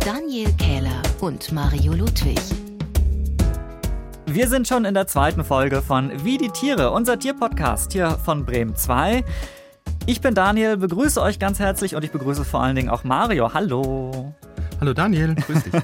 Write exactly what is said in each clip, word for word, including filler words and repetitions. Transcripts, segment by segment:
Daniel Kähler und Mario Ludwig. Wir sind schon in der zweiten Folge von Wie die Tiere, unser Tierpodcast hier von Bremen zwei. Ich bin Daniel, begrüße euch ganz herzlich und ich begrüße vor allen Dingen auch Mario. Hallo. Hallo Daniel, grüß dich.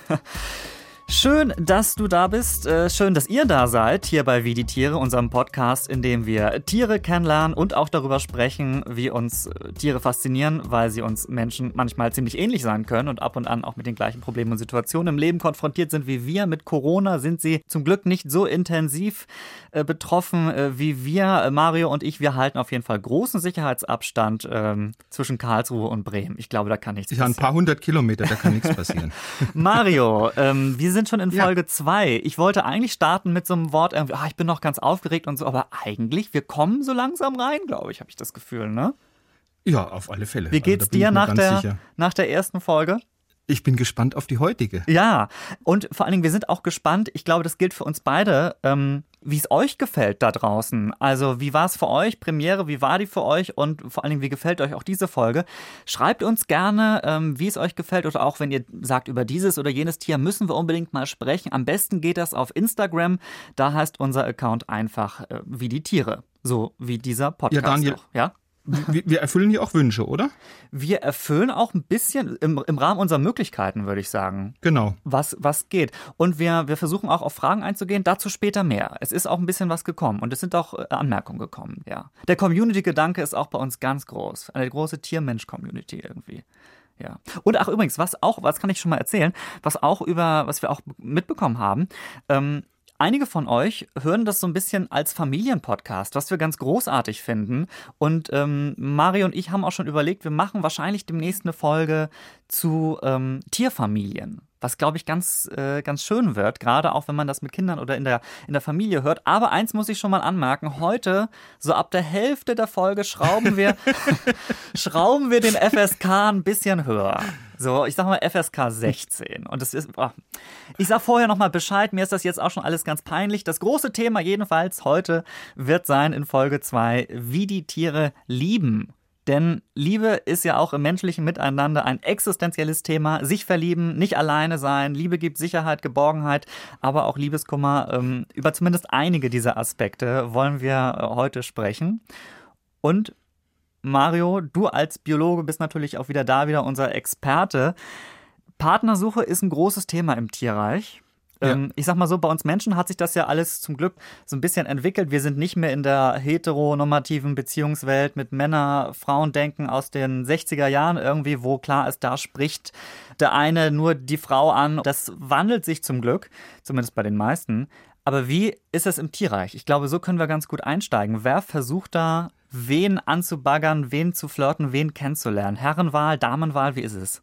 Schön, dass du da bist. Schön, dass ihr da seid, hier bei Wie die Tiere, unserem Podcast, in dem wir Tiere kennenlernen und auch darüber sprechen, wie uns Tiere faszinieren, weil sie uns Menschen manchmal ziemlich ähnlich sein können und ab und an auch mit den gleichen Problemen und Situationen im Leben konfrontiert sind wie wir. Mit Corona sind sie zum Glück nicht so intensiv äh, betroffen äh, wie wir. Mario und ich, wir halten auf jeden Fall großen Sicherheitsabstand ähm, zwischen Karlsruhe und Bremen. Ich glaube, da kann nichts passieren. Ja, ein paar hundert Kilometer, da kann nichts passieren. Mario, ähm, wir sind schon in Folge ja. zwei. Ich wollte eigentlich starten mit so einem Wort, irgendwie, ah, ich bin noch ganz aufgeregt und so, aber eigentlich, wir kommen so langsam rein, glaube ich, habe ich das Gefühl, ne? Ja, auf alle Fälle. Wie geht's also, dir nach der, nach der ersten Folge? Ich bin gespannt auf die heutige. Ja, und vor allen Dingen, wir sind auch gespannt, ich glaube, das gilt für uns beide, ähm, wie es euch gefällt da draußen. Also wie war es für euch, Premiere, wie war die für euch und vor allen Dingen, wie gefällt euch auch diese Folge? Schreibt uns gerne, ähm, wie es euch gefällt oder auch, wenn ihr sagt, über dieses oder jenes Tier müssen wir unbedingt mal sprechen. Am besten geht das auf Instagram, da heißt unser Account einfach äh, Wie die Tiere, so wie dieser Podcast. Ja, Daniel. Auch, ja? Wir, wir erfüllen ja auch Wünsche, oder? Wir erfüllen auch ein bisschen im, im Rahmen unserer Möglichkeiten, würde ich sagen. Genau. Was, was geht. Und wir, wir versuchen auch auf Fragen einzugehen, dazu später mehr. Es ist auch ein bisschen was gekommen und es sind auch Anmerkungen gekommen, ja. Der Community-Gedanke ist auch bei uns ganz groß. Eine große Tier-Mensch-Community irgendwie. Ja. Und ach übrigens, was auch, was kann ich schon mal erzählen, was auch über, was wir auch mitbekommen haben, ähm, einige von euch hören das so ein bisschen als Familienpodcast, was wir ganz großartig finden. Und ähm, Mario und ich haben auch schon überlegt, wir machen wahrscheinlich demnächst eine Folge zu ähm, Tierfamilien. Was, glaube ich, ganz, äh, ganz schön wird, gerade auch wenn man das mit Kindern oder in der, in der Familie hört. Aber eins muss ich schon mal anmerken, heute, so ab der Hälfte der Folge, schrauben wir, schrauben wir den F S K ein bisschen höher. So, ich sag mal F S K sechzehn. Und das ist, oh, ich sag vorher noch mal Bescheid, mir ist das jetzt auch schon alles ganz peinlich. Das große Thema jedenfalls heute wird sein in Folge zwei, wie die Tiere lieben. Denn Liebe ist ja auch im menschlichen Miteinander ein existenzielles Thema. Sich verlieben, nicht alleine sein. Liebe gibt Sicherheit, Geborgenheit, aber auch Liebeskummer. Ähm, über zumindest einige dieser Aspekte wollen wir heute sprechen. Und Mario, du als Biologe bist natürlich auch wieder da, wieder unser Experte. Partnersuche ist ein großes Thema im Tierreich. Ja. Ich sag mal so, bei uns Menschen hat sich das ja alles zum Glück so ein bisschen entwickelt. Wir sind nicht mehr in der heteronormativen Beziehungswelt mit Männer-Frauen-Denken aus den sechziger Jahren irgendwie, wo klar ist, da spricht der eine nur die Frau an. Das wandelt sich zum Glück, zumindest bei den meisten. Aber wie ist es im Tierreich? Ich glaube, so können wir ganz gut einsteigen. Wer versucht da, wen anzubaggern, wen zu flirten, wen kennenzulernen? Herrenwahl, Damenwahl, wie ist es?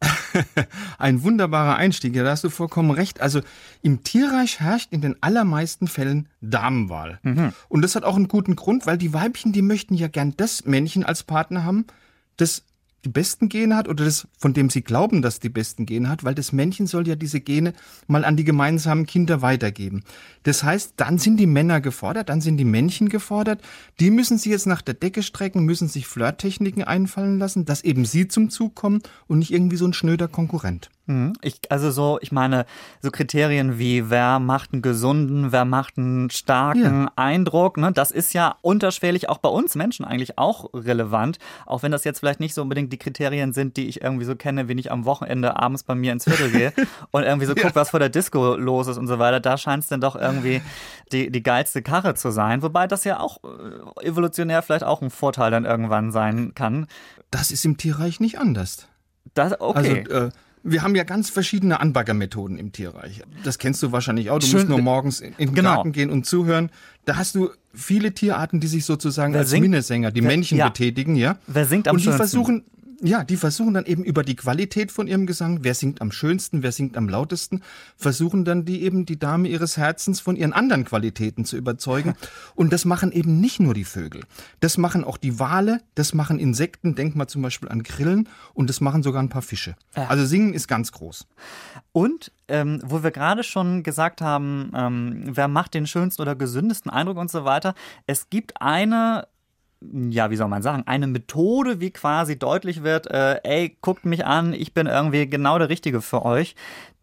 Ein wunderbarer Einstieg, ja, da hast du vollkommen recht. Also im Tierreich herrscht in den allermeisten Fällen Damenwahl. Mhm. Und das hat auch einen guten Grund, weil die Weibchen, die möchten ja gern das Männchen als Partner haben, das die besten Gene hat oder das, von dem sie glauben, dass die besten Gene hat, weil das Männchen soll ja diese Gene mal an die gemeinsamen Kinder weitergeben. Das heißt, dann sind die Männer gefordert, dann sind die Männchen gefordert. Die müssen sich jetzt nach der Decke strecken, müssen sich Flirttechniken einfallen lassen, dass eben sie zum Zug kommen und nicht irgendwie so ein schnöder Konkurrent. Ich, also so, ich meine, so Kriterien wie, wer macht einen gesunden, wer macht einen starken ja. Eindruck, ne, das ist ja unterschwellig auch bei uns Menschen eigentlich auch relevant, auch wenn das jetzt vielleicht nicht so unbedingt die Kriterien sind, die ich irgendwie so kenne, wenn ich am Wochenende abends bei mir ins Viertel gehe und irgendwie so guck, ja. was vor der Disco los ist und so weiter, da scheint es dann doch irgendwie die, die geilste Karre zu sein, wobei das ja auch evolutionär vielleicht auch ein Vorteil dann irgendwann sein kann. Das ist im Tierreich nicht anders. Das, okay. Also, äh, wir haben ja ganz verschiedene Anbaggermethoden im Tierreich. Das kennst du wahrscheinlich auch. Du Schön, musst nur morgens in den genau. Garten gehen und zuhören. Da hast du viele Tierarten, die sich sozusagen wer als singt, Minnesänger, die wer, Männchen ja. betätigen, ja. Wer singt am und die schönsten? versuchen, ja, die versuchen dann eben über die Qualität von ihrem Gesang, wer singt am schönsten, wer singt am lautesten, versuchen dann die eben die Dame ihres Herzens von ihren anderen Qualitäten zu überzeugen. Und das machen eben nicht nur die Vögel. Das machen auch die Wale, das machen Insekten, denk mal zum Beispiel an Grillen, und das machen sogar ein paar Fische. Ja. Also Singen ist ganz groß. Und ähm, wo wir gerade schon gesagt haben, ähm, wer macht den schönsten oder gesündesten Eindruck und so weiter, es gibt eine ja, wie soll man sagen, eine Methode, wie quasi deutlich wird, äh, ey, guckt mich an, ich bin irgendwie genau der Richtige für euch.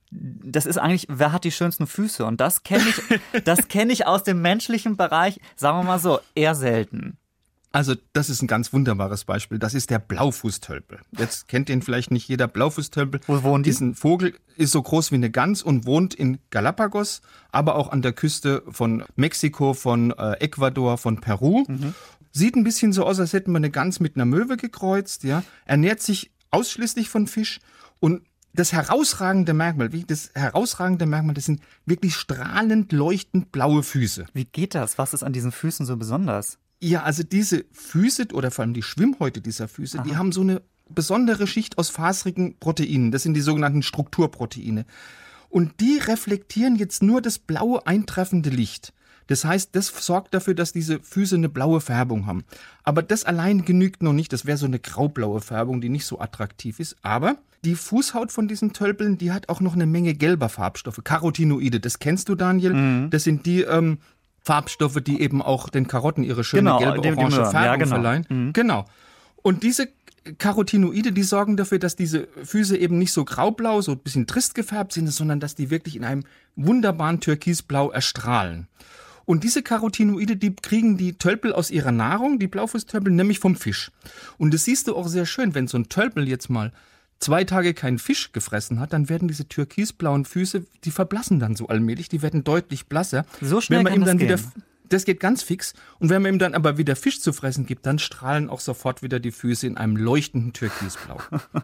Das ist eigentlich, wer hat die schönsten Füße? Und das kenne ich, das kenne ich aus dem menschlichen Bereich, sagen wir mal so, eher selten. Also das ist ein ganz wunderbares Beispiel. Das ist der Blaufußtölpel. Jetzt kennt ihn vielleicht nicht jeder. Blaufußtölpel Wo wohnen die? Ist ein Vogel, ist so groß wie eine Gans und wohnt in Galapagos, aber auch an der Küste von Mexiko, von äh, Ecuador, von Peru. Mhm. Sieht ein bisschen so aus, als hätten wir eine Gans mit einer Möwe gekreuzt. Ja, ernährt sich ausschließlich von Fisch und das herausragende Merkmal, wie das herausragende Merkmal, das sind wirklich strahlend leuchtend blaue Füße. Wie geht das? Was ist an diesen Füßen so besonders? Ja, also diese Füße oder vor allem die Schwimmhäute dieser Füße, Aha. die haben so eine besondere Schicht aus faserigen Proteinen. Das sind die sogenannten Strukturproteine. Und die reflektieren jetzt nur das blaue eintreffende Licht. Das heißt, das sorgt dafür, dass diese Füße eine blaue Färbung haben. Aber das allein genügt noch nicht. Das wäre so eine graublaue Färbung, die nicht so attraktiv ist. Aber die Fußhaut von diesen Tölpeln, die hat auch noch eine Menge gelber Farbstoffe. Carotinoide, das kennst du, Daniel. Mhm. Das sind die ähm, Farbstoffe, die eben auch den Karotten ihre schöne genau, gelbe-orange Färbung ja, genau. verleihen. Mhm. Genau. Und diese Carotinoide, die sorgen dafür, dass diese Füße eben nicht so graublau, so ein bisschen trist gefärbt sind, sondern dass die wirklich in einem wunderbaren Türkisblau erstrahlen. Und diese Carotinoide, die kriegen die Tölpel aus ihrer Nahrung, die Blaufußtölpel, nämlich vom Fisch. Und das siehst du auch sehr schön, wenn so ein Tölpel jetzt mal zwei Tage keinen Fisch gefressen hat, dann werden diese türkisblauen Füße, die verblassen dann so allmählich, die werden deutlich blasser. So schnell wenn man kann ihm dann das wieder, gehen. Das geht ganz fix. Und wenn man ihm dann aber wieder Fisch zu fressen gibt, dann strahlen auch sofort wieder die Füße in einem leuchtenden Türkisblau.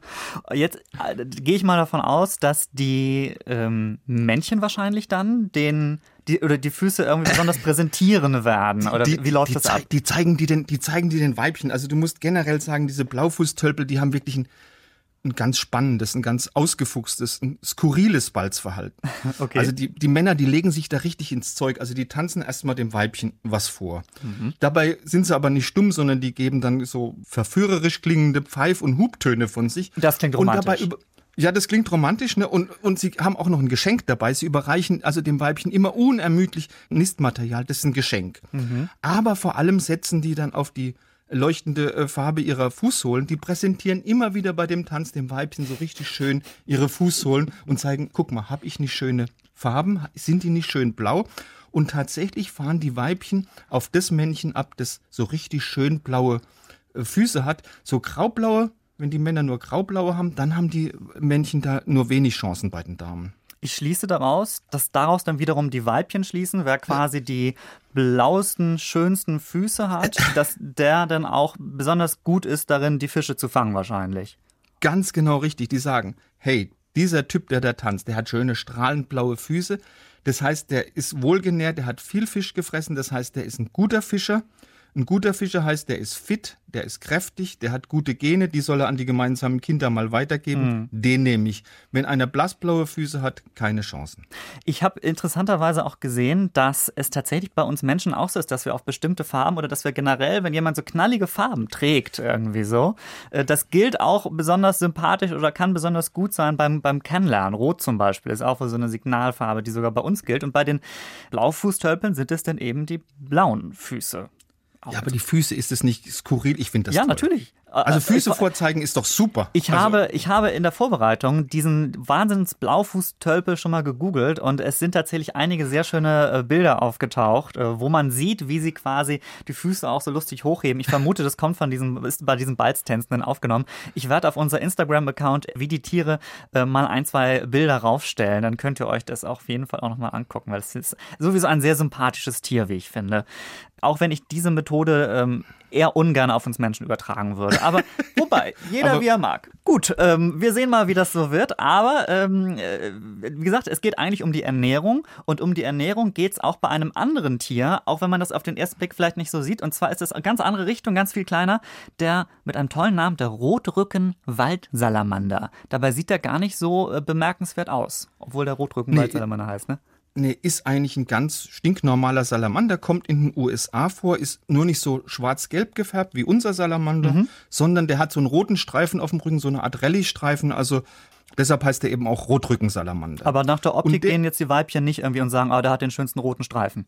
Jetzt äh, gehe ich mal davon aus, dass die ähm, Männchen wahrscheinlich dann den die, oder die Füße irgendwie besonders präsentieren werden. Oder die, wie läuft die das zei- ab? Die zeigen die, den, die zeigen die den Weibchen. Also du musst generell sagen, diese Blaufußtölpel, die haben wirklich ein ein ganz spannendes, ein ganz ausgefuchstes, ein skurriles Balzverhalten. Okay. Also die, die Männer, die legen sich da richtig ins Zeug. Also die tanzen erstmal dem Weibchen was vor. Mhm. Dabei sind sie aber nicht stumm, sondern die geben dann so verführerisch klingende Pfeif- und Hubtöne von sich. Das klingt romantisch. Und dabei über, ja, das klingt romantisch, ne? Und, und sie haben auch noch ein Geschenk dabei. Sie überreichen also dem Weibchen immer unermüdlich Nistmaterial. Das ist ein Geschenk. Mhm. Aber vor allem setzen die dann auf die leuchtende äh, Farbe ihrer Fußsohlen. Die präsentieren immer wieder bei dem Tanz dem Weibchen so richtig schön ihre Fußsohlen und zeigen, guck mal, habe ich nicht schöne Farben? Sind die nicht schön blau? Und tatsächlich fahren die Weibchen auf das Männchen ab, das so richtig schön blaue äh, Füße hat. So graublaue, wenn die Männer nur graublaue haben, dann haben die Männchen da nur wenig Chancen bei den Damen. Ich schließe daraus, dass daraus dann wiederum die Weibchen schließen, wer quasi die blauesten, schönsten Füße hat, dass der dann auch besonders gut ist darin, die Fische zu fangen wahrscheinlich. Ganz genau richtig. Die sagen, hey, dieser Typ, der da tanzt, der hat schöne strahlend blaue Füße. Das heißt, der ist wohlgenährt, der hat viel Fisch gefressen. Das heißt, der ist ein guter Fischer. Ein guter Fischer heißt, der ist fit, der ist kräftig, der hat gute Gene, die soll er an die gemeinsamen Kinder mal weitergeben. Mhm. Den nehme ich. Wenn einer blassblaue Füße hat, keine Chancen. Ich habe interessanterweise auch gesehen, dass es tatsächlich bei uns Menschen auch so ist, dass wir auf bestimmte Farben oder dass wir generell, wenn jemand so knallige Farben trägt, irgendwie so, das gilt auch besonders sympathisch oder kann besonders gut sein beim, beim Kennenlernen. Rot zum Beispiel ist auch so eine Signalfarbe, die sogar bei uns gilt. Und bei den Blaufußtölpeln sind es dann eben die blauen Füße. Ja, aber die Füße, ist es nicht skurril? Ich finde das ja, toll. Ja, natürlich. Also Füße ich, vorzeigen ist doch super. Ich, also, habe, ich habe in der Vorbereitung diesen Wahnsinns-Blaufußtölpel schon mal gegoogelt und es sind tatsächlich einige sehr schöne Bilder aufgetaucht, wo man sieht, wie sie quasi die Füße auch so lustig hochheben. Ich vermute, das kommt von diesem, ist bei diesen Balztänzenden aufgenommen. Ich werde auf unser Instagram-Account wie die Tiere äh, mal ein, zwei Bilder raufstellen. Dann könnt ihr euch das auch auf jeden Fall auch nochmal angucken, weil es ist sowieso ein sehr sympathisches Tier, wie ich finde. Auch wenn ich diese Methode ähm, eher ungern auf uns Menschen übertragen würde. Aber wobei, jeder aber, wie er mag. Gut, ähm, wir sehen mal, wie das so wird. Aber ähm, äh, wie gesagt, es geht eigentlich um die Ernährung. Und um die Ernährung geht es auch bei einem anderen Tier, auch wenn man das auf den ersten Blick vielleicht nicht so sieht. Und zwar ist es eine ganz andere Richtung, ganz viel kleiner. Der mit einem tollen Namen, der Rotrücken-Waldsalamander. Dabei sieht der gar nicht so äh, bemerkenswert aus. Obwohl der Rotrücken-Waldsalamander nee, heißt, ne? Nee, ist eigentlich ein ganz stinknormaler Salamander, kommt in den U S A vor, ist nur nicht so schwarz-gelb gefärbt wie unser Salamander, mhm. sondern der hat so einen roten Streifen auf dem Rücken, so eine Art Rallye-Streifen, also deshalb heißt der eben auch Rotrückensalamander. Aber nach der Optik der, gehen jetzt die Weibchen nicht irgendwie und sagen, ah, der hat den schönsten roten Streifen.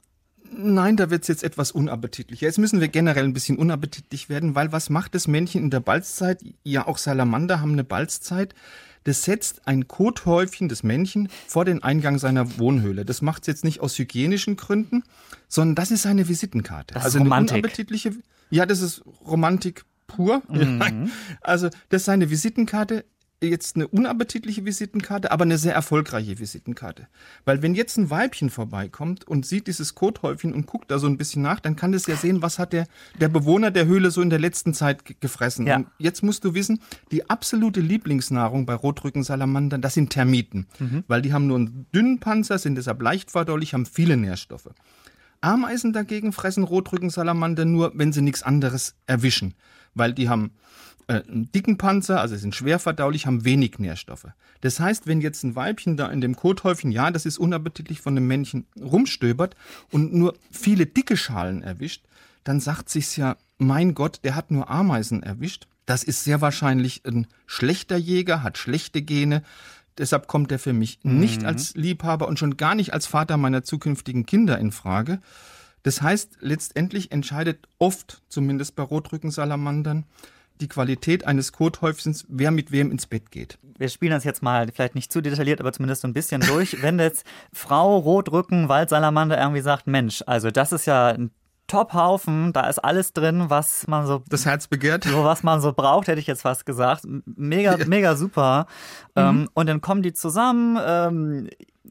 Nein, da wird es jetzt etwas unappetitlicher. Jetzt müssen wir generell ein bisschen unappetitlich werden, weil was macht das Männchen in der Balzzeit? Ja, auch Salamander haben eine Balzzeit. Das setzt ein Kothäufchen, das Männchen, vor den Eingang seiner Wohnhöhle. Das macht es jetzt nicht aus hygienischen Gründen, sondern das ist seine Visitenkarte. Das ist also Romantik. Eine unappetitliche, ja, das ist Romantik pur. Mhm. Also das ist seine Visitenkarte. Jetzt eine unappetitliche Visitenkarte, aber eine sehr erfolgreiche Visitenkarte. Weil wenn jetzt ein Weibchen vorbeikommt und sieht dieses Kothäufchen und guckt da so ein bisschen nach, dann kann das ja sehen, was hat der, der Bewohner der Höhle so in der letzten Zeit g- gefressen. Ja. Und jetzt musst du wissen, die absolute Lieblingsnahrung bei Rotrückensalamandern, das sind Termiten. Mhm. Weil die haben nur einen dünnen Panzer, sind deshalb leicht verdaulich, haben viele Nährstoffe. Ameisen dagegen fressen Rotrückensalamander nur, wenn sie nichts anderes erwischen. Weil die haben einen dicken Panzer, also sind schwer verdaulich, haben wenig Nährstoffe. Das heißt, wenn jetzt ein Weibchen da in dem Kothäufchen, ja, das ist unappetitlich von einem Männchen rumstöbert und nur viele dicke Schalen erwischt, dann sagt sich's ja, mein Gott, der hat nur Ameisen erwischt. Das ist sehr wahrscheinlich ein schlechter Jäger, hat schlechte Gene. Deshalb kommt er für mich mhm. nicht als Liebhaber und schon gar nicht als Vater meiner zukünftigen Kinder in Frage. Das heißt, letztendlich entscheidet oft, zumindest bei Rotrückensalamandern, die Qualität eines Kothäufchens, wer mit wem ins Bett geht. Wir spielen das jetzt mal vielleicht nicht zu detailliert, aber zumindest so ein bisschen durch. Wenn jetzt Frau Rotrücken Waldsalamander irgendwie sagt, Mensch, also das ist ja ein Top-Haufen, da ist alles drin, was man so... Das Herz begehrt. So, was man so braucht, hätte ich jetzt fast gesagt. Mega, mega super. Mhm. Ähm, und dann kommen die zusammen ähm,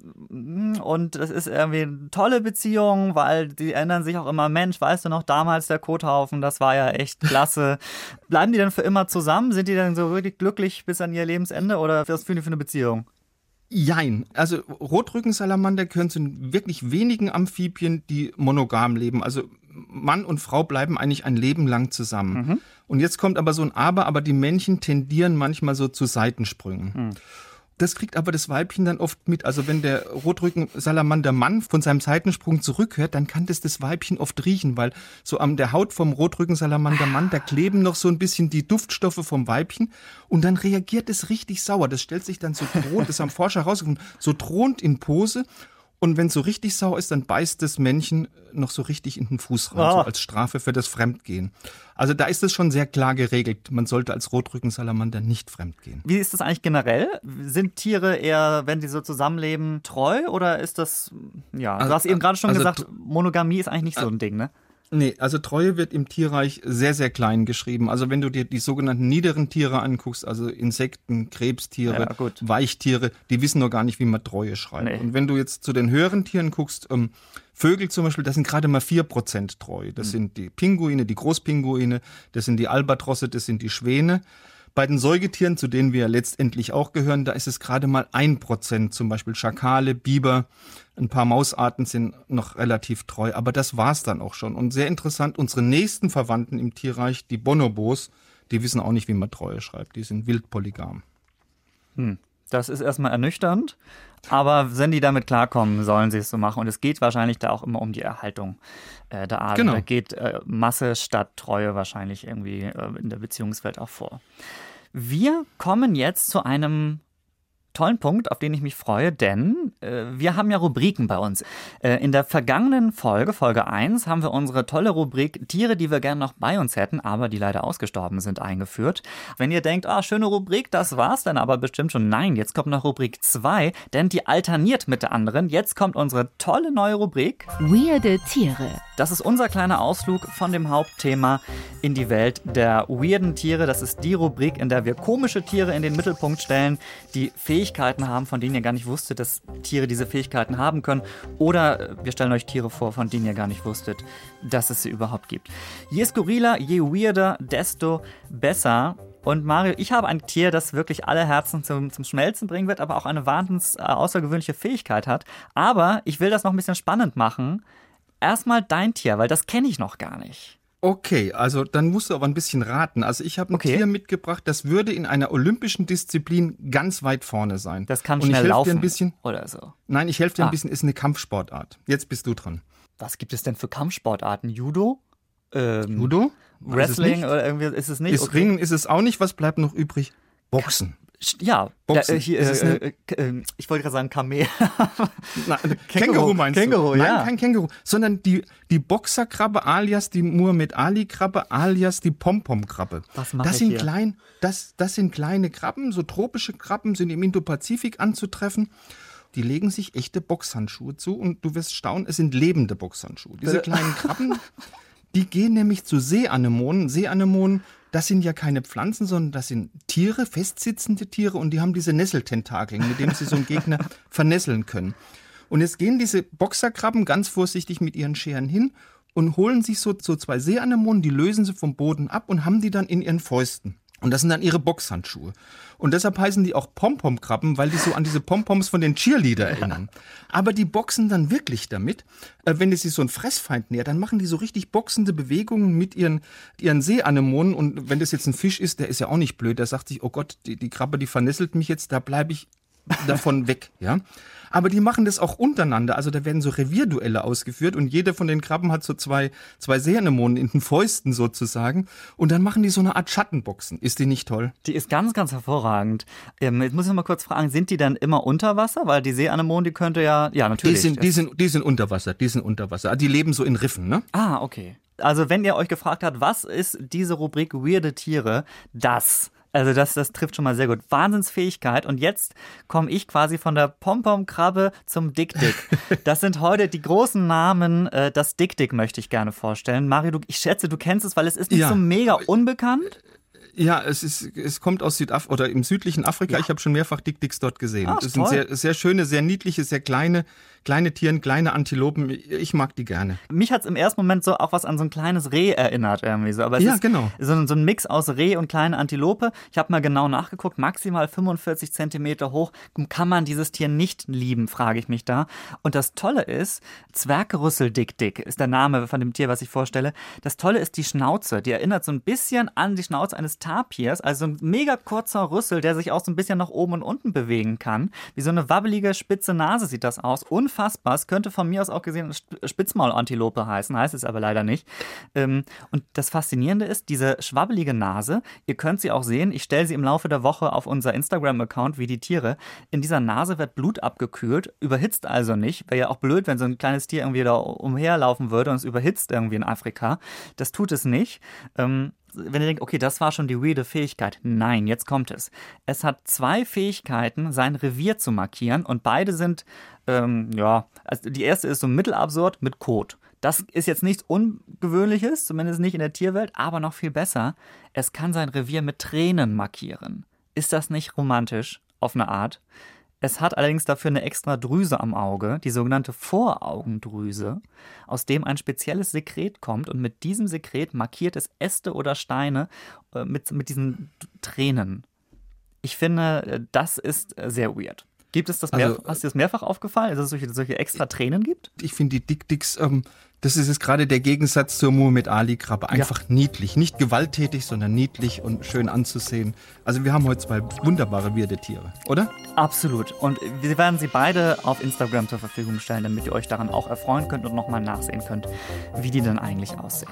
und es ist irgendwie eine tolle Beziehung, weil die ändern sich auch immer. Mensch, weißt du noch, damals der Kothaufen, das war ja echt klasse. Bleiben die denn für immer zusammen? Sind die dann so wirklich glücklich bis an ihr Lebensende oder was führen die für eine Beziehung? Jein. Also Rotrückensalamander gehören zu wirklich wenigen Amphibien, die monogam leben. Also Mann und Frau bleiben eigentlich ein Leben lang zusammen. Mhm. Und jetzt kommt aber so ein Aber, aber die Männchen tendieren manchmal so zu Seitensprüngen. Mhm. Das kriegt aber das Weibchen dann oft mit. Also wenn der Rotrückensalamander-Mann von seinem Seitensprung zurückhört, dann kann das das Weibchen oft riechen, weil so an der Haut vom Rotrückensalamander-Mann, da kleben noch so ein bisschen die Duftstoffe vom Weibchen und dann reagiert es richtig sauer. Das stellt sich dann so drohend, das haben Forscher herausgefunden, so drohend in Pose. Und wenn es so richtig sauer ist, dann beißt das Männchen noch so richtig in den Fuß rein, oh. so als Strafe für das Fremdgehen. Also da ist es schon sehr klar geregelt. Man sollte als Rotrückensalamander nicht fremdgehen. Wie ist das eigentlich generell? Sind Tiere eher, wenn sie so zusammenleben, treu oder ist das, ja, du also, hast eben gerade schon also, gesagt, Monogamie ist eigentlich nicht so ein Ding, ne? Nee, also Treue wird im Tierreich sehr, sehr klein geschrieben. Also wenn du dir die sogenannten niederen Tiere anguckst, also Insekten, Krebstiere, ja, Weichtiere, die wissen noch gar nicht, wie man Treue schreibt. Nee. Und wenn du jetzt zu den höheren Tieren guckst, ähm, Vögel zum Beispiel, das sind gerade mal vier Prozent treu. Das mhm. sind die Pinguine, die Großpinguine, das sind die Albatrosse, das sind die Schwäne. Bei den Säugetieren, zu denen wir letztendlich auch gehören, da ist es gerade mal ein Prozent, zum Beispiel Schakale, Biber, ein paar Mausarten sind noch relativ treu, aber das war's dann auch schon. Und sehr interessant, unsere nächsten Verwandten im Tierreich, die Bonobos, die wissen auch nicht, wie man Treue schreibt, die sind wildpolygam. Hm. Das ist erstmal ernüchternd, aber wenn die damit klarkommen, sollen sie es so machen. Und es geht wahrscheinlich da auch immer um die Erhaltung äh, der Art. Genau. Da geht äh, Masse statt Treue wahrscheinlich irgendwie äh, in der Beziehungswelt auch vor. Wir kommen jetzt zu einem tollen Punkt, auf den ich mich freue, denn äh, wir haben ja Rubriken bei uns. Äh, in der vergangenen Folge, Folge eins, haben wir unsere tolle Rubrik Tiere, die wir gerne noch bei uns hätten, aber die leider ausgestorben sind, eingeführt. Wenn ihr denkt, ah, schöne Rubrik, das war's dann aber bestimmt schon. Nein, jetzt kommt noch Rubrik zwei, denn die alterniert mit der anderen. Jetzt kommt unsere tolle neue Rubrik Weirde Tiere. Das ist unser kleiner Ausflug von dem Hauptthema in die Welt der weirden Tiere. Das ist die Rubrik, in der wir komische Tiere in den Mittelpunkt stellen, die Fähigkeiten haben, von denen ihr gar nicht wusstet, dass Tiere diese Fähigkeiten haben können. Oder wir stellen euch Tiere vor, von denen ihr gar nicht wusstet, dass es sie überhaupt gibt. Je skurriler, je weirder, desto besser. Und Mario, ich habe ein Tier, das wirklich alle Herzen zum, zum Schmelzen bringen wird, aber auch eine wahnsinnig äh, außergewöhnliche Fähigkeit hat. Aber ich will das noch ein bisschen spannend machen. Erstmal dein Tier, weil das kenne ich noch gar nicht. Okay, also dann musst du aber ein bisschen raten. Also ich habe ein okay. Tier mitgebracht, das würde in einer olympischen Disziplin ganz weit vorne sein. Das kann Und schnell ich laufen dir ein bisschen, oder so. Nein, ich helfe dir ah. ein bisschen, ist eine Kampfsportart. Jetzt bist du dran. Was gibt es denn für Kampfsportarten? Judo? Ähm, Judo? Wrestling oder irgendwie ist es nicht? Ist okay. Ringen ist es auch nicht. Was bleibt noch übrig? Boxen. Ja, Boxen. Ja, äh, hier, Ist es äh, äh, äh, ich wollte gerade sagen Kamel. Na, Känguru, Känguru meinst Känguru, du? ja. Nein, kein Känguru, sondern die, die Boxerkrabbe alias die Muhammad Ali Krabbe alias die Pom-Pom-Krabbe. Was mach das ich sind hier? klein, das, das sind kleine Krabben, so tropische Krabben sind im Indopazifik anzutreffen. Die legen sich echte Boxhandschuhe zu und du wirst staunen, es sind lebende Boxhandschuhe. Diese kleinen Krabben, die gehen nämlich zu Seeanemonen. Seeanemonen, das sind ja keine Pflanzen, sondern das sind Tiere, festsitzende Tiere und die haben diese Nesseltentakeln, mit denen sie so einen Gegner vernässeln können. Und jetzt gehen diese Boxerkrabben ganz vorsichtig mit ihren Scheren hin und holen sich so, so zwei Seeanemonen, die lösen sie vom Boden ab und haben die dann in ihren Fäusten. Und das sind dann ihre Boxhandschuhe. Und deshalb heißen die auch Pom-Pom-Krabben, weil die so an diese Pompoms von den Cheerleader erinnern. Aber die boxen dann wirklich damit. Äh, wenn es sich so ein Fressfeind nähert, dann machen die so richtig boxende Bewegungen mit ihren, ihren Seeanemonen. Und wenn das jetzt ein Fisch ist, der ist ja auch nicht blöd. Der sagt sich, oh Gott, die, die Krabbe, die vernässelt mich jetzt, da bleibe ich davon weg, ja. Aber die machen das auch untereinander. Also da werden so Revierduelle ausgeführt und jeder von den Krabben hat so zwei, zwei Seeanemonen in den Fäusten sozusagen. Und dann machen die so eine Art Schattenboxen. Ist die nicht toll? Die ist ganz, ganz hervorragend. Ähm, jetzt muss ich noch mal kurz fragen, sind die dann immer unter Wasser? Weil die Seeanemonen, die könnte ja, ja natürlich. Die sind, die sind, die sind unter Wasser, die sind unter Wasser. Die leben so in Riffen, ne? Ah, okay. Also wenn ihr euch gefragt habt, was ist diese Rubrik Weirde Tiere, das... Also das, das trifft schon mal sehr gut. Wahnsinnsfähigkeit. Und jetzt komme ich quasi von der Pom-Pom-Krabbe zum Dick-Dick. Das sind heute die großen Namen. Äh, das Dick-Dick möchte ich gerne vorstellen. Mario, du, ich schätze, du kennst es, weil es ist nicht Ja. so mega unbekannt. Ja, es ist, es kommt aus Südaf- oder im südlichen Afrika. Ja. Ich habe schon mehrfach Dick-Dicks dort gesehen. Ah, das sind toll. sehr, sehr schöne, sehr niedliche, sehr kleine, kleine Tiere, kleine Antilopen. Ich mag die gerne. Mich hat es im ersten Moment so auch was an so ein kleines Reh erinnert irgendwie so. Aber es Ja, ist genau. so, ein- so ein Mix aus Reh und kleine Antilope. Ich habe mal genau nachgeguckt, maximal fünfundvierzig Zentimeter hoch. Kann man dieses Tier nicht lieben, frage ich mich da. Und das Tolle ist, Zwergrüssel-Dick-Dick ist der Name von dem Tier, was ich vorstelle. Das Tolle ist die Schnauze. Die erinnert so ein bisschen an die Schnauze eines Tapirs. Also ein mega kurzer Rüssel, der sich auch so ein bisschen nach oben und unten bewegen kann. Wie so eine wabbelige, spitze Nase sieht das aus. Unfassbar. Es könnte von mir aus auch gesehen Spitzmaulantilope heißen, heißt es aber leider nicht. Ähm, und das Faszinierende ist, diese schwabbelige Nase, ihr könnt sie auch sehen, ich stelle sie im Laufe der Woche auf unser Instagram-Account wie die Tiere. In dieser Nase wird Blut abgekühlt, überhitzt also nicht. Wäre ja auch blöd, wenn so ein kleines Tier irgendwie da umherlaufen würde und es überhitzt irgendwie in Afrika. Das tut es nicht. Ähm, Wenn ihr denkt, okay, das war schon die weirde Fähigkeit. Nein, jetzt kommt es. Es hat zwei Fähigkeiten, sein Revier zu markieren und beide sind, ähm, ja, also die erste ist so mittelabsurd mit Kot. Das ist jetzt nichts Ungewöhnliches, zumindest nicht in der Tierwelt, aber noch viel besser. Es kann sein Revier mit Tränen markieren. Ist das nicht romantisch, auf eine Art? Es hat allerdings dafür eine extra Drüse am Auge, die sogenannte Voraugendrüse, aus dem ein spezielles Sekret kommt und mit diesem Sekret markiert es Äste oder Steine äh, mit, mit diesen Tränen. Ich finde, das ist sehr weird. Gibt es das mehr, Also, hast dir das mehrfach aufgefallen, dass es solche, solche extra Tränen gibt? Ich finde die Dick-Dicks, ähm, das ist jetzt gerade der Gegensatz zur Muhammad Ali Krabbe. Einfach ja. niedlich. Nicht gewalttätig, sondern niedlich und schön anzusehen. Also wir haben heute zwei wunderbare weirde Tiere, oder? Absolut. Und wir werden sie beide auf Instagram zur Verfügung stellen, damit ihr euch daran auch erfreuen könnt und nochmal nachsehen könnt, wie die denn eigentlich aussehen.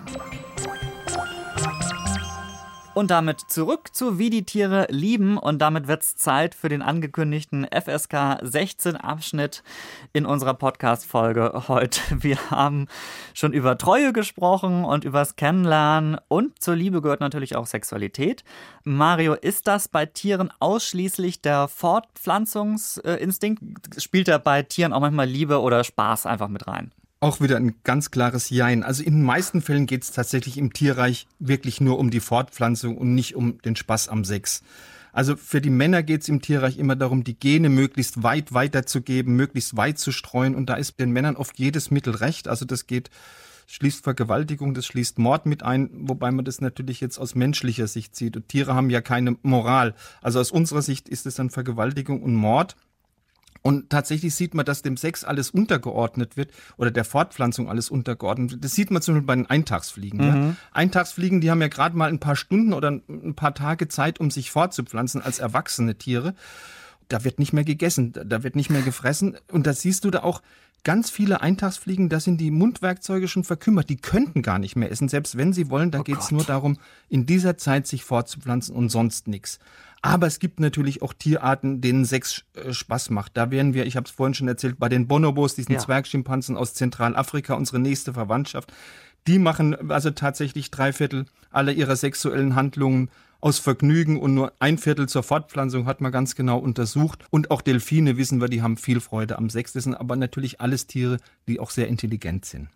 Und damit zurück zu Wie die Tiere lieben. Und damit wird es Zeit für den angekündigten F S K sechzehn Abschnitt in unserer Podcast-Folge heute. Wir haben schon über Treue gesprochen und übers Kennenlernen. Und zur Liebe gehört natürlich auch Sexualität. Mario, ist das bei Tieren ausschließlich der Fortpflanzungsinstinkt? Spielt da bei Tieren auch manchmal Liebe oder Spaß einfach mit rein? Auch wieder ein ganz klares Jein. Also in den meisten Fällen geht es tatsächlich im Tierreich wirklich nur um die Fortpflanzung und nicht um den Spaß am Sex. Also für die Männer geht es im Tierreich immer darum, die Gene möglichst weit weiterzugeben, möglichst weit zu streuen. Und da ist den Männern oft jedes Mittel recht. Also das geht, schließt Vergewaltigung, das schließt Mord mit ein, wobei man das natürlich jetzt aus menschlicher Sicht sieht. Und Tiere haben ja keine Moral. Also aus unserer Sicht ist es dann Vergewaltigung und Mord. Und tatsächlich sieht man, dass dem Sex alles untergeordnet wird oder der Fortpflanzung alles untergeordnet wird. Das sieht man zum Beispiel bei den Eintagsfliegen. Mhm. Ja. Eintagsfliegen, die haben ja gerade mal ein paar Stunden oder ein paar Tage Zeit, um sich fortzupflanzen als erwachsene Tiere. Da wird nicht mehr gegessen, da wird nicht mehr gefressen. Und da siehst du da auch ganz viele Eintagsfliegen, da sind die Mundwerkzeuge schon verkümmert. Die könnten gar nicht mehr essen, selbst wenn sie wollen. Da Oh geht es Gott. nur darum, in dieser Zeit sich fortzupflanzen und sonst nichts. Aber es gibt natürlich auch Tierarten, denen Sex äh, Spaß macht. Da wären wir, ich habe es vorhin schon erzählt, bei den Bonobos, diesen Ja. Zwergschimpansen aus Zentralafrika, unsere nächste Verwandtschaft. Die machen also tatsächlich drei Viertel aller ihrer sexuellen Handlungen aus Vergnügen und nur ein Viertel zur Fortpflanzung, hat man ganz genau untersucht. Und auch Delfine, wissen wir, die haben viel Freude am Sex. Das sind aber natürlich alles Tiere, die auch sehr intelligent sind.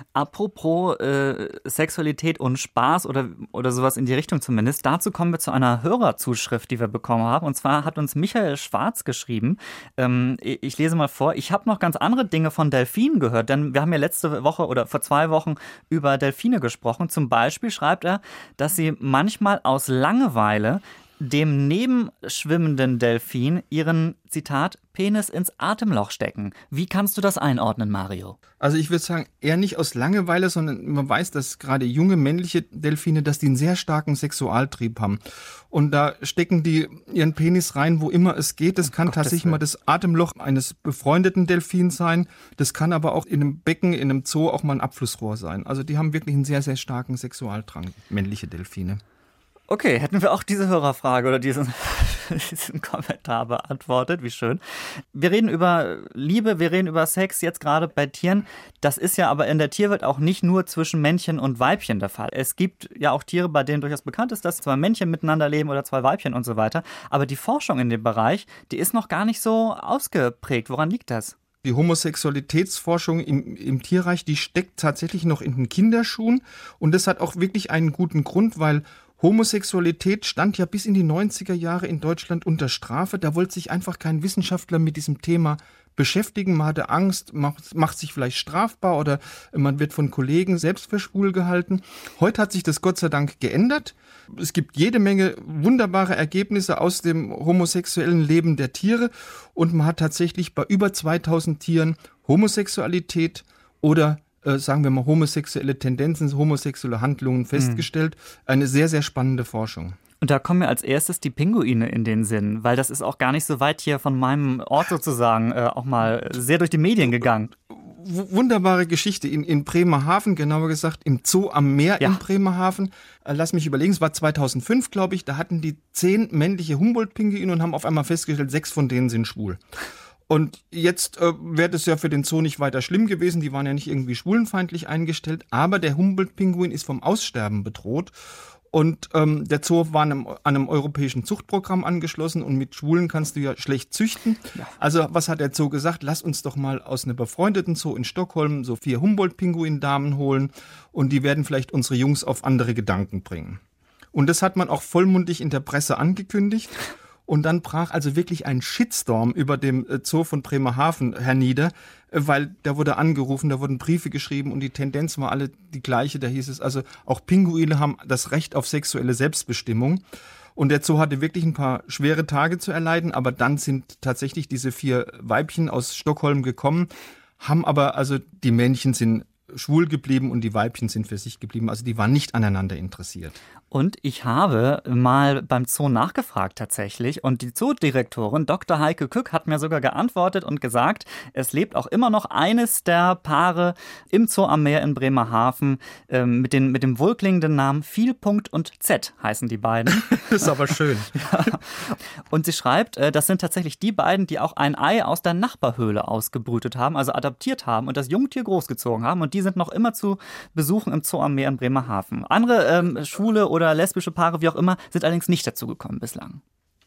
Apropos äh, Sexualität und Spaß oder, oder sowas in die Richtung zumindest, dazu kommen wir zu einer Hörerzuschrift, die wir bekommen haben. Und zwar hat uns Michael Schwarz geschrieben, ähm, ich lese mal vor, ich habe noch ganz andere Dinge von Delfinen gehört, denn wir haben ja letzte Woche oder vor zwei Wochen über Delfine gesprochen. Zum Beispiel schreibt er, dass sie manchmal aus Langeweile dem nebenschwimmenden Delfin ihren, Zitat, Penis ins Atemloch stecken. Wie kannst du das einordnen, Mario? Also ich würde sagen, eher nicht aus Langeweile, sondern man weiß, dass gerade junge männliche Delfine, dass die einen sehr starken Sexualtrieb haben. Und da stecken die ihren Penis rein, wo immer es geht. Das kann Gottes tatsächlich Willen. mal das Atemloch eines befreundeten Delfins sein. Das kann aber auch in einem Becken, in einem Zoo auch mal ein Abflussrohr sein. Also die haben wirklich einen sehr, sehr starken Sexualdrang, männliche Delfine. Okay, hätten wir auch diese Hörerfrage oder diesen, diesen Kommentar beantwortet. Wie schön. Wir reden über Liebe, wir reden über Sex jetzt gerade bei Tieren. Das ist ja aber in der Tierwelt auch nicht nur zwischen Männchen und Weibchen der Fall. Es gibt ja auch Tiere, bei denen durchaus bekannt ist, dass zwei Männchen miteinander leben oder zwei Weibchen und so weiter. Aber die Forschung in dem Bereich, die ist noch gar nicht so ausgeprägt. Woran liegt das? Die Homosexualitätsforschung im, im Tierreich, die steckt tatsächlich noch in den Kinderschuhen. Und das hat auch wirklich einen guten Grund, weil Homosexualität stand ja bis in die neunziger Jahre in Deutschland unter Strafe. Da wollte sich einfach kein Wissenschaftler mit diesem Thema beschäftigen. Man hatte Angst, macht, macht sich vielleicht strafbar oder man wird von Kollegen selbst für schwul gehalten. Heute hat sich das Gott sei Dank geändert. Es gibt jede Menge wunderbare Ergebnisse aus dem homosexuellen Leben der Tiere und man hat tatsächlich bei über zweitausend Tieren Homosexualität oder äh, sagen wir mal homosexuelle Tendenzen, homosexuelle Handlungen festgestellt. Mhm. Eine sehr, sehr spannende Forschung. Und da kommen mir als erstes die Pinguine in den Sinn, weil das ist auch gar nicht so weit hier von meinem Ort sozusagen äh, auch mal sehr durch die Medien gegangen. W- wunderbare Geschichte in, in Bremerhaven, genauer gesagt im Zoo am Meer ja. in Bremerhaven. Äh, lass mich überlegen, es war zweitausendfünf, glaube ich, da hatten die zehn männliche Humboldt-Pinguine und haben auf einmal festgestellt, sechs von denen sind schwul. Und jetzt äh, wäre das ja für den Zoo nicht weiter schlimm gewesen, die waren ja nicht irgendwie schwulenfeindlich eingestellt, aber der Humboldt-Pinguin ist vom Aussterben bedroht. Und ähm, der Zoo war an einem, an einem europäischen Zuchtprogramm angeschlossen und mit Schwulen kannst du ja schlecht züchten. Ja. Also was hat der Zoo gesagt? Lass uns doch mal aus einem befreundeten Zoo in Stockholm so vier Humboldt-Pinguin-Damen holen und die werden vielleicht unsere Jungs auf andere Gedanken bringen. Und das hat man auch vollmundig in der Presse angekündigt. Und dann brach also wirklich ein Shitstorm über dem Zoo von Bremerhaven hernieder, weil da wurde angerufen, da wurden Briefe geschrieben und die Tendenz war alle die gleiche. Da hieß es also, auch Pinguine haben das Recht auf sexuelle Selbstbestimmung. Und der Zoo hatte wirklich ein paar schwere Tage zu erleiden, aber dann sind tatsächlich diese vier Weibchen aus Stockholm gekommen, haben aber, also die Männchen sind schwul geblieben und die Weibchen sind für sich geblieben. Also die waren nicht aneinander interessiert. Und ich habe mal beim Zoo nachgefragt tatsächlich und die Zoodirektorin Doktor Heike Kück hat mir sogar geantwortet und gesagt, es lebt auch immer noch eines der Paare im Zoo am Meer in Bremerhaven äh, mit, den, mit dem wohlklingenden Namen Vielpunkt und Z heißen die beiden. Das ist aber schön. Ja. Und sie schreibt, äh, das sind tatsächlich die beiden, die auch ein Ei aus der Nachbarhöhle ausgebrütet haben, also adoptiert haben und das Jungtier großgezogen haben und die sind noch immer zu besuchen im Zoo am Meer in Bremerhaven. Andere ähm, schwule oder lesbische Paare, wie auch immer, sind allerdings nicht dazu gekommen bislang.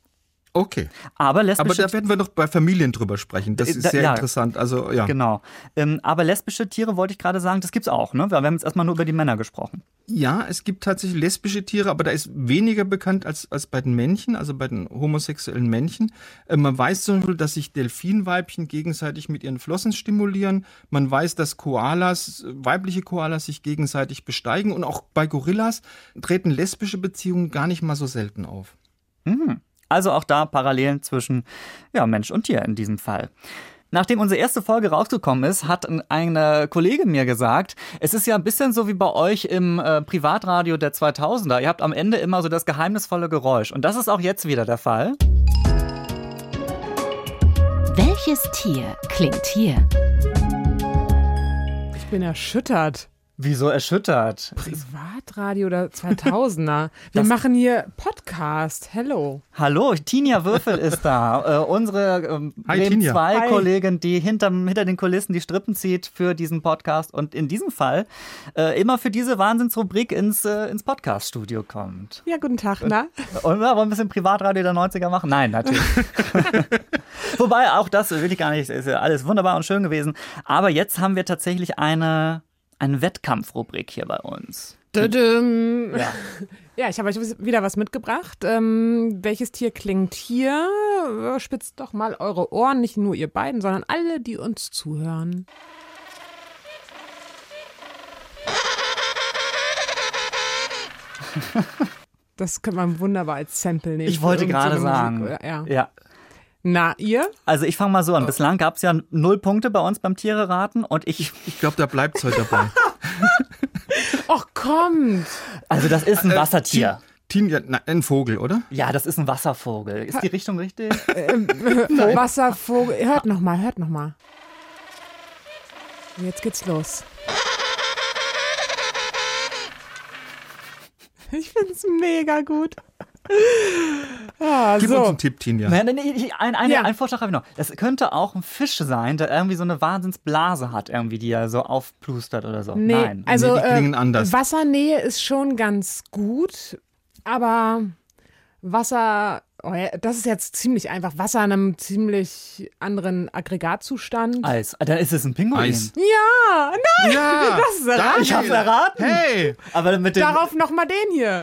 Okay. Aber, lesbische aber da werden wir noch bei Familien drüber sprechen. Das ist sehr ja, interessant. Also, ja. Genau. Ähm, aber lesbische Tiere, wollte ich gerade sagen, das gibt's auch, ne? Wir haben jetzt erstmal nur über die Männer gesprochen. Ja, es gibt tatsächlich lesbische Tiere, aber da ist weniger bekannt als, als bei den Männchen, also bei den homosexuellen Männchen. Äh, man weiß zum Beispiel, dass sich Delfinweibchen gegenseitig mit ihren Flossen stimulieren. Man weiß, dass Koalas, weibliche Koalas sich gegenseitig besteigen. Und auch bei Gorillas treten lesbische Beziehungen gar nicht mal so selten auf. Mhm. Also auch da Parallelen zwischen ja, Mensch und Tier in diesem Fall. Nachdem unsere erste Folge rausgekommen ist, hat eine Kollegin mir gesagt, es ist ja ein bisschen so wie bei euch im äh, Privatradio der zweitausender. Ihr habt am Ende immer so das geheimnisvolle Geräusch. Und das ist auch jetzt wieder der Fall. Welches Tier klingt hier? bin erschüttert. Wieso erschüttert? Privatradio der zweitausender. Wir das machen hier Podcast. Hello. Hallo, Tinja Würfel ist da. Äh, unsere ähm, Bremen zwei Kollegin, die hinter, hinter den Kulissen die Strippen zieht für diesen Podcast und in diesem Fall äh, immer für diese Wahnsinnsrubrik ins, äh, ins Podcast-Studio kommt. Ja, guten Tag, na? Und, und ja, wollen wir ein bisschen Privatradio der neunziger machen? Nein, natürlich. Wobei, auch das will ich gar nicht, ist ja alles wunderbar und schön gewesen. Aber jetzt haben wir tatsächlich eine... Eine Wettkampfrubrik hier bei uns. Ja, ja ich habe euch wieder was mitgebracht. Ähm, welches Tier klingt hier? Spitzt doch mal eure Ohren, nicht nur ihr beiden, sondern alle, die uns zuhören. Das könnte man wunderbar als Sample nehmen. Ich wollte gerade sagen. Musik, ja. ja. Na, ihr? Also ich fange mal so an. Bislang gab es ja null Punkte bei uns beim Tiere-Raten und ich... Ich glaube, da bleibt es heute dabei. Och, kommt! Also das ist ein Wassertier. Tinja, na, ein Vogel, oder? Ja, das ist ein Wasservogel. Ist die Richtung richtig? Ähm, Wasservogel. Hört noch mal, hört noch mal. Jetzt geht's los. Ich find's mega gut. Ah, Gib so. uns einen Tipp, Tinja. Nein, nein, nein, ein, ein, Ja. ein Vorschlag habe ich noch. Es könnte auch ein Fisch sein, der irgendwie so eine Wahnsinnsblase hat, irgendwie, die er so aufplustert oder so. Nee, Nein. also Nee, die klingen äh, anders. Wassernähe ist schon ganz gut, aber Wasser, oh ja, das ist jetzt ziemlich einfach. Wasser in einem ziemlich anderen Aggregatzustand. Eis. Dann ist es ein Pinguin. Eis. Ja, nein, Ja, das ist erraten. Ich hab's erraten. Hey! Aber mit dem... Darauf noch mal den hier.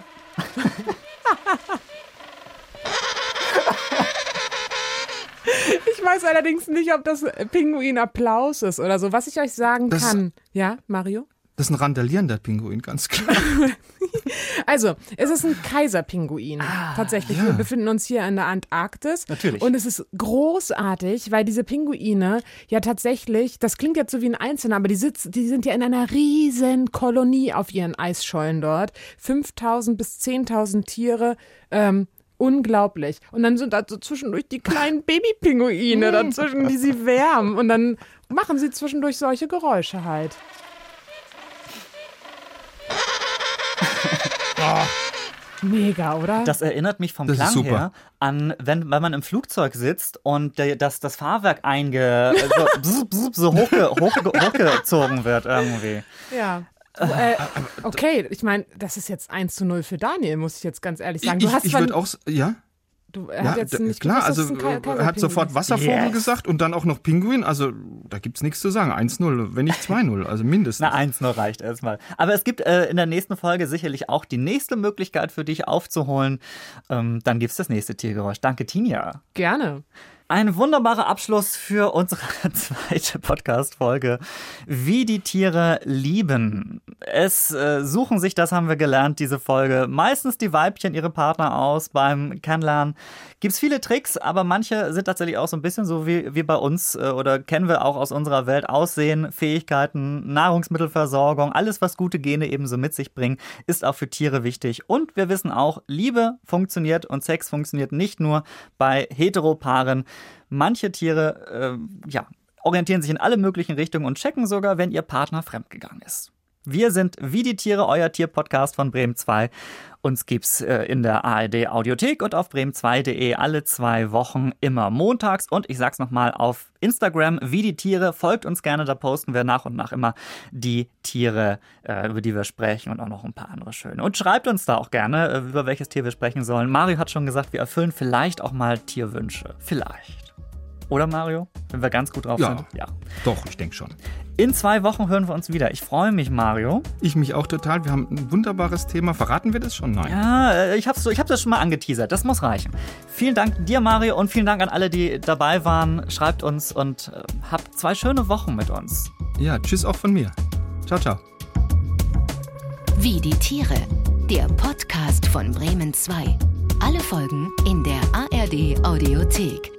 Ich weiß allerdings nicht, ob das Pinguin-Applaus ist oder so. Was ich euch sagen Das- kann. Ja, Mario? Das ist ein randalierender Pinguin, ganz klar. Also, es ist ein Kaiserpinguin. Tatsächlich. ja. Wir befinden uns hier in der Antarktis. Natürlich. Und es ist großartig, weil diese Pinguine ja tatsächlich, das klingt jetzt so wie ein Einzelner, aber die, sitz, die sind ja in einer riesen Kolonie auf ihren Eisschollen dort. fünftausend bis zehntausend Tiere. Ähm, unglaublich. Und dann sind da so zwischendurch die kleinen Babypinguine dazwischen, die sie wärmen. Und dann machen sie zwischendurch solche Geräusche halt. Mega, oder? Das erinnert mich vom Das ist Klang super. her an, wenn, wenn man im Flugzeug sitzt und der, das, das Fahrwerk einge, so, bzz, bzz, so hochge, hochge, hochgezogen wird irgendwie. Ja. Äh, okay, ich meine, das ist jetzt eins zu null für Daniel, muss ich jetzt ganz ehrlich sagen. Du ich hast ich zwar- würde auch, s- ja, du, er ja, hat jetzt d- nicht klar, gewusst, dass also es ein Ka- er hat sofort Kaiserpinguin Wasservogel Yes. gesagt und dann auch noch Pinguin, also da gibt's nichts zu sagen. eins null, wenn nicht zwei null, also mindestens. Na, eins nur reicht erstmal. Aber es gibt äh, in der nächsten Folge sicherlich auch die nächste Möglichkeit für dich aufzuholen. Ähm, dann gibt's das nächste Tiergeräusch. Danke, Tinja. ist. Gerne. Ein wunderbarer Abschluss für unsere zweite Podcast-Folge. Wie die Tiere lieben. Es äh, suchen sich, das haben wir gelernt, diese Folge, meistens die Weibchen ihre Partner aus beim Kennenlernen. Gibt's viele Tricks, aber manche sind tatsächlich auch so ein bisschen so wie, wie bei uns äh, oder kennen wir auch aus unserer Welt. Aussehen, Fähigkeiten, Nahrungsmittelversorgung, alles, was gute Gene ebenso mit sich bringen, ist auch für Tiere wichtig. Und wir wissen auch, Liebe funktioniert und Sex funktioniert nicht nur bei Heteropaaren. Manche Tiere äh, ja, orientieren sich in alle möglichen Richtungen und checken sogar, wenn ihr Partner fremdgegangen ist. Wir sind Wie die Tiere, euer Tierpodcast von Bremen zwei. Uns gibt's äh, in der A R D Audiothek und auf bremen zwei punkt de alle zwei Wochen immer montags. Und ich sag's nochmal auf Instagram, Wie die Tiere. Folgt uns gerne, da posten wir nach und nach immer die Tiere, äh, über die wir sprechen und auch noch ein paar andere schöne. Und schreibt uns da auch gerne, äh, über welches Tier wir sprechen sollen. Mario hat schon gesagt, wir erfüllen vielleicht auch mal Tierwünsche. Vielleicht. Oder Mario? Wenn wir ganz gut drauf Ja. sind? Ja. Doch, ich denke schon. In zwei Wochen hören wir uns wieder. Ich freue mich, Mario. Ich mich auch total. Wir haben ein wunderbares Thema. Verraten wir das schon? Nein. Ja, äh, ich habe so, ich hab das schon mal angeteasert. Das muss reichen. Vielen Dank dir, Mario, und vielen Dank an alle, die dabei waren. Schreibt uns und äh, habt zwei schöne Wochen mit uns. Ja, tschüss auch von mir. Ciao, ciao. Wie die Tiere. Der Podcast von Bremen zwei. Alle Folgen in der A R D Audiothek.